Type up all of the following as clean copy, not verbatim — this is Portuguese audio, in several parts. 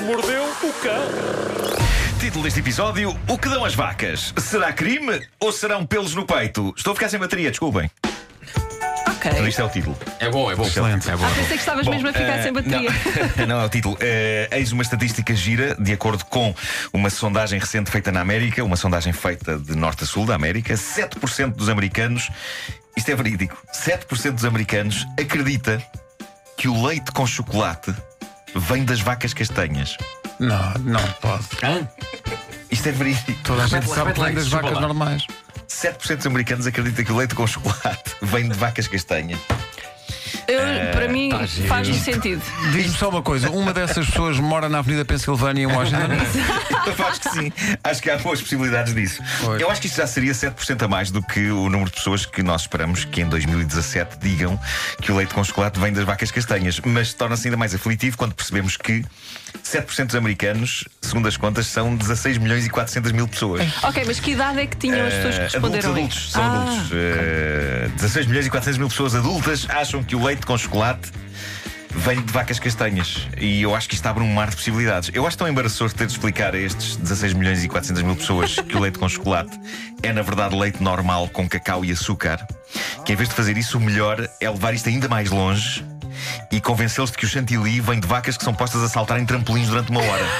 mordeu o cão. Título deste episódio: O que dão as vacas? Será crime ou serão pelos no peito? Estou a ficar sem bateria, desculpem. Ok. Mas isto é o título. É bom, Excelente. é bom. Pensei que estavas mesmo a ficar sem bateria. Não é o título. Eis uma estatística gira, de acordo com uma sondagem recente feita na América, uma sondagem feita de norte a sul da América. 7% dos americanos, isto é verídico, 7% dos americanos acredita que o leite com chocolate vem das vacas castanhas. Não pode. Isto é verídico. Toda a gente sabe que vem das desculpa vacas lá. normais. 7% dos americanos acreditam que o leite com chocolate vem de vacas castanhas. Para mim faz-me sentido. Diz-me só uma coisa: uma dessas pessoas mora na Avenida Pensilvânia em Washington? Eu acho que sim. Acho que há boas possibilidades disso. Pois. Eu acho que isto já seria 7% a mais do que o número de pessoas que nós esperamos que em 2017 digam que o leite com chocolate vem das vacas castanhas. Mas torna-se ainda mais aflitivo quando percebemos que 7% dos americanos, segundo as contas, são 16 milhões e 400 mil pessoas. Ok, mas que idade é que tinham as pessoas que responderam? Adultos, são adultos. 16 milhões e 400 mil pessoas adultas acham que o leite com chocolate vem de vacas castanhas. E eu acho que isto abre um mar de possibilidades. Eu acho tão embaraçoso ter de explicar a estes 16 milhões e 400 mil pessoas que o leite com chocolate é na verdade leite normal com cacau e açúcar, que em vez de fazer isso, o melhor é levar isto ainda mais longe e convencê-los de que o chantilly vem de vacas que são postas a saltar em trampolins durante uma hora.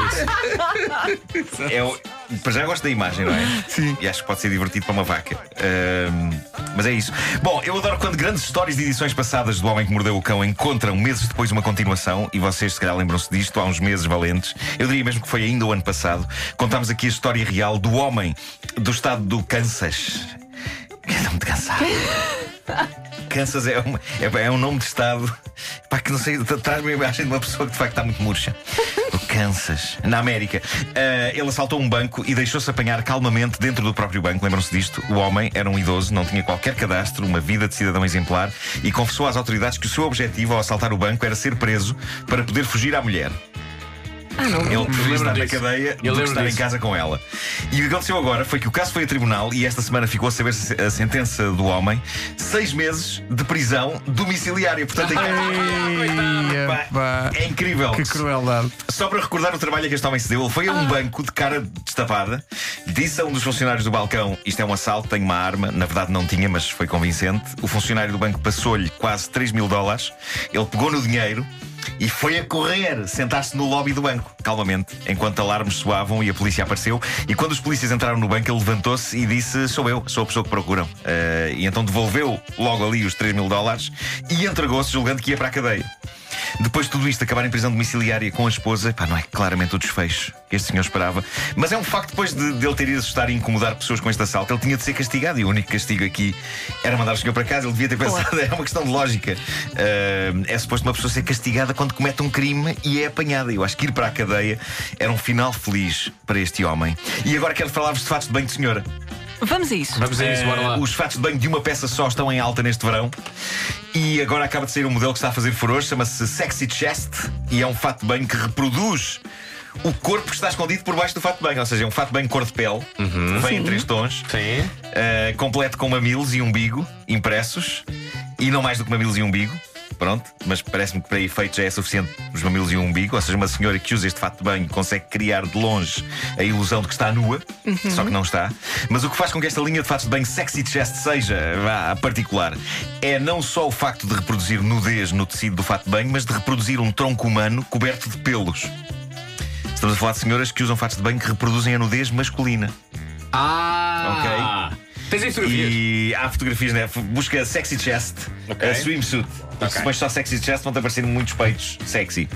Para já gosto da imagem, não é? Sim. E acho que pode ser divertido para uma vaca. Mas é isso. Bom, eu adoro quando grandes histórias de edições passadas do Homem que Mordeu o Cão encontram meses depois uma continuação. E vocês se calhar lembram-se disto há uns meses valentes. Eu diria mesmo que foi ainda o ano passado. Contámos aqui a história real do homem do estado do Kansas. Estou muito cansado. Kansas é um nome de estado, pá, que não sei, traz-me a imagem de uma pessoa que de facto está muito murcha. O Kansas, na América. Ele assaltou um banco e deixou-se apanhar calmamente dentro do próprio banco. Lembram-se disto? O homem era um idoso, não tinha qualquer cadastro, uma vida de cidadão exemplar, e confessou às autoridades que o seu objetivo ao assaltar o banco era ser preso para poder fugir à mulher. Ele preferia estar na cadeia do que estar em casa com ela. E o que aconteceu agora foi que o caso foi a tribunal e esta semana ficou a saber a sentença do homem: 6 meses de prisão domiciliária. Portanto, em casa. É incrível. Que crueldade. Só para recordar o trabalho que este homem se deu, ele foi a um banco de cara destapada, disse a um dos funcionários do balcão: isto é um assalto, tenho uma arma. Na verdade não tinha, mas foi convincente. O funcionário do banco passou-lhe quase 3 mil dólares. Ele pegou no dinheiro e foi a correr, sentar-se no lobby do banco, calmamente, enquanto alarmes soavam e a polícia apareceu. E quando os polícias entraram no banco, ele levantou-se e disse: sou eu, sou a pessoa que procuram. E então devolveu logo ali os 3 mil dólares e entregou-se, julgando que ia para a cadeia. Depois de tudo isto, acabar em prisão domiciliária com a esposa, pá, não é claramente o desfecho que este senhor esperava. Mas é um facto, depois de ele ter ido assustar e incomodar pessoas com este assalto, ele tinha de ser castigado. E o único castigo aqui era mandar o senhor para casa. Ele devia ter pensado, é uma questão de lógica. É suposto uma pessoa ser castigada quando comete um crime e é apanhada. Eu acho que ir para a cadeia era um final feliz para este homem. E agora quero falar-vos de fatos de banho de senhora. Vamos a isso. Bora lá. Os fatos de banho de uma peça só estão em alta neste verão. E agora acaba de sair um modelo que está a fazer furor, chama-se Sexy Chest. E é um fato de banho que reproduz o corpo que está escondido por baixo do fato de banho. Ou seja, é um fato de banho cor de pele. Vem em 3 tons. Sim. Completo com mamilos e umbigo impressos. E não mais do que mamilos e umbigo. Pronto, mas parece-me que para efeito já é suficiente os mamilos e o umbigo. Ou seja, uma senhora que usa este fato de banho consegue criar de longe a ilusão de que está nua, só que não está. Mas o que faz com que esta linha de fatos de banho Sexy Chest seja particular é não só o facto de reproduzir nudez no tecido do fato de banho, mas de reproduzir um tronco humano coberto de pelos. Estamos a falar de senhoras que usam fatos de banho que reproduzem a nudez masculina. Ok. Tens aí fotografias? E há fotografias, né? Busca Sexy Chest, Ok. swimsuit. Se pões só Sexy Chest vão-te aparecer muitos peitos sexy.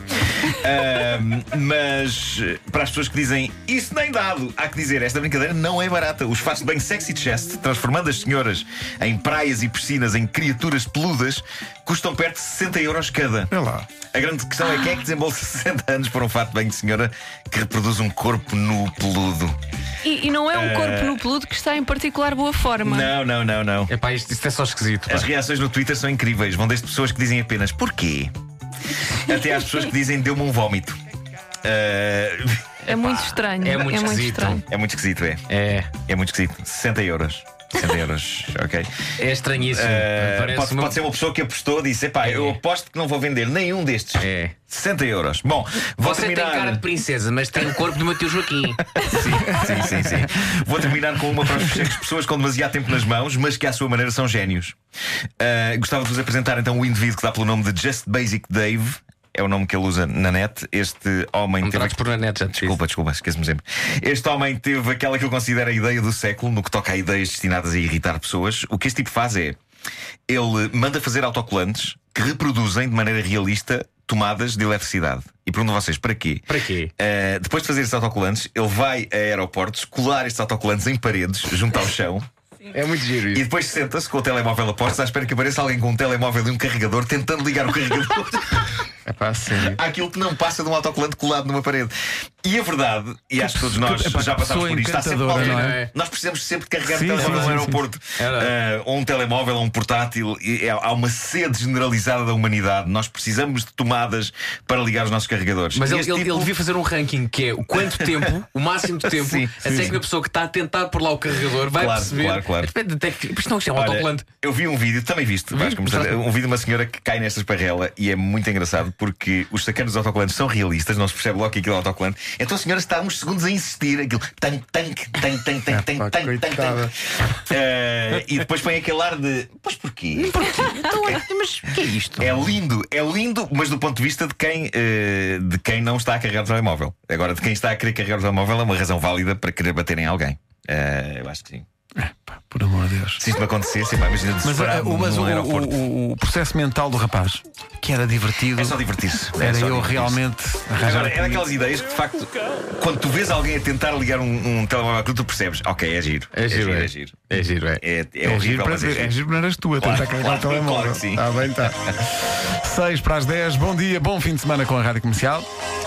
Mas para as pessoas que dizem isso nem dado, há que dizer, esta brincadeira não é barata. Os fatos de banho Sexy Chest, transformando as senhoras em praias e piscinas, em criaturas peludas, custam perto de 60 euros cada. É lá. A grande questão é quem é que desembolsa 60 anos por um fato de banho de senhora que reproduz um corpo nu peludo. E não é um corpo no peludo que está em particular boa forma. Não. Epá, isto é só esquisito. Pá. As reações no Twitter são incríveis. Vão desde pessoas que dizem apenas porquê, até às pessoas que dizem deu-me um vómito. É muito estranho. é muito esquisito. estranho. É muito esquisito, é. É. É muito esquisito. 60 euros. 60 euros, ok? É estranhíssimo. Parece Pode ser uma pessoa que apostou, disse: epá, eu aposto que não vou vender nenhum destes. É. 60 euros. Bom, vou Você terminar. tem cara de princesa, mas tem o corpo do meu tio Joaquim. Sim. Vou terminar com uma para os fecheiros, pessoas com demasiado tempo nas mãos, mas que à sua maneira são génios. Gostava de vos apresentar então o indivíduo que dá pelo nome de Just Basic Dave. É o nome que ele usa na net. Este homem Não teve. trates por na net, já te disse. Desculpa, esqueço-me sempre. Este homem teve aquela que eu considero a ideia do século no que toca a ideias destinadas a irritar pessoas. O que este tipo faz é: ele manda fazer autocolantes que reproduzem de maneira realista tomadas de eletricidade. E pergunto a vocês, para quê? Para quê? Depois de fazer estes autocolantes, ele vai a aeroportos colar estes autocolantes em paredes junto ao chão. É muito giro E isso. depois senta-se com o telemóvel a postos à espera que apareça alguém com um telemóvel e um carregador tentando ligar o carregador É pá, sério. àquilo que não passa de um autocolante colado numa parede. E a verdade, e acho que todos nós epá, já passámos pessoa por isto, está sempre encantadora, alguém, não é? Nós precisamos sempre de carregar Sim, o telemóvel sim, no sim, aeroporto. É Ou um telemóvel, ou um portátil. E há uma sede generalizada da humanidade. Nós precisamos de tomadas para ligar os nossos carregadores. Mas E ele, este ele, tipo- ele devia fazer um ranking que é o quanto tempo, o máximo de tempo, Sim, até que a pessoa que está a tentar pôr lá o carregador vai Claro, perceber. claro. Até que, isto não é um Olha, autocolante. eu vi um vídeo, também viste, Vasco, um vídeo de uma senhora que cai nesta esparrela e é muito engraçado porque os sacanos dos autocolantes são realistas, não se percebe logo que aquilo é autocolante. Então a senhora está uns segundos a insistir, aquilo tanque. coitada. E depois põe aquele ar de: pois porquê? Mas o que é isto? É lindo, mas do ponto de vista de quem não está a carregar o telemóvel. Agora, de quem está a querer carregar o telemóvel é uma razão válida para querer bater em alguém. Eu acho que sim. Pá, por amor de Deus. Se isto me acontecesse, imagina Mas, desesperado num aeroporto. o processo mental do rapaz, que era divertido, É só divertir-se. era só eu divertir-se. realmente arranjar. Agora, é daquelas ideias que, de facto, quando tu vês alguém a tentar ligar um telemóvel que tu percebes, ok, é giro. É giro. É É giro. É É horrível, giro, mas é giro, não eras tu a tentar carregar o telemóvel. claro que sim. Está bem, está. 6 para as 10, bom dia, bom fim de semana com a Rádio Comercial.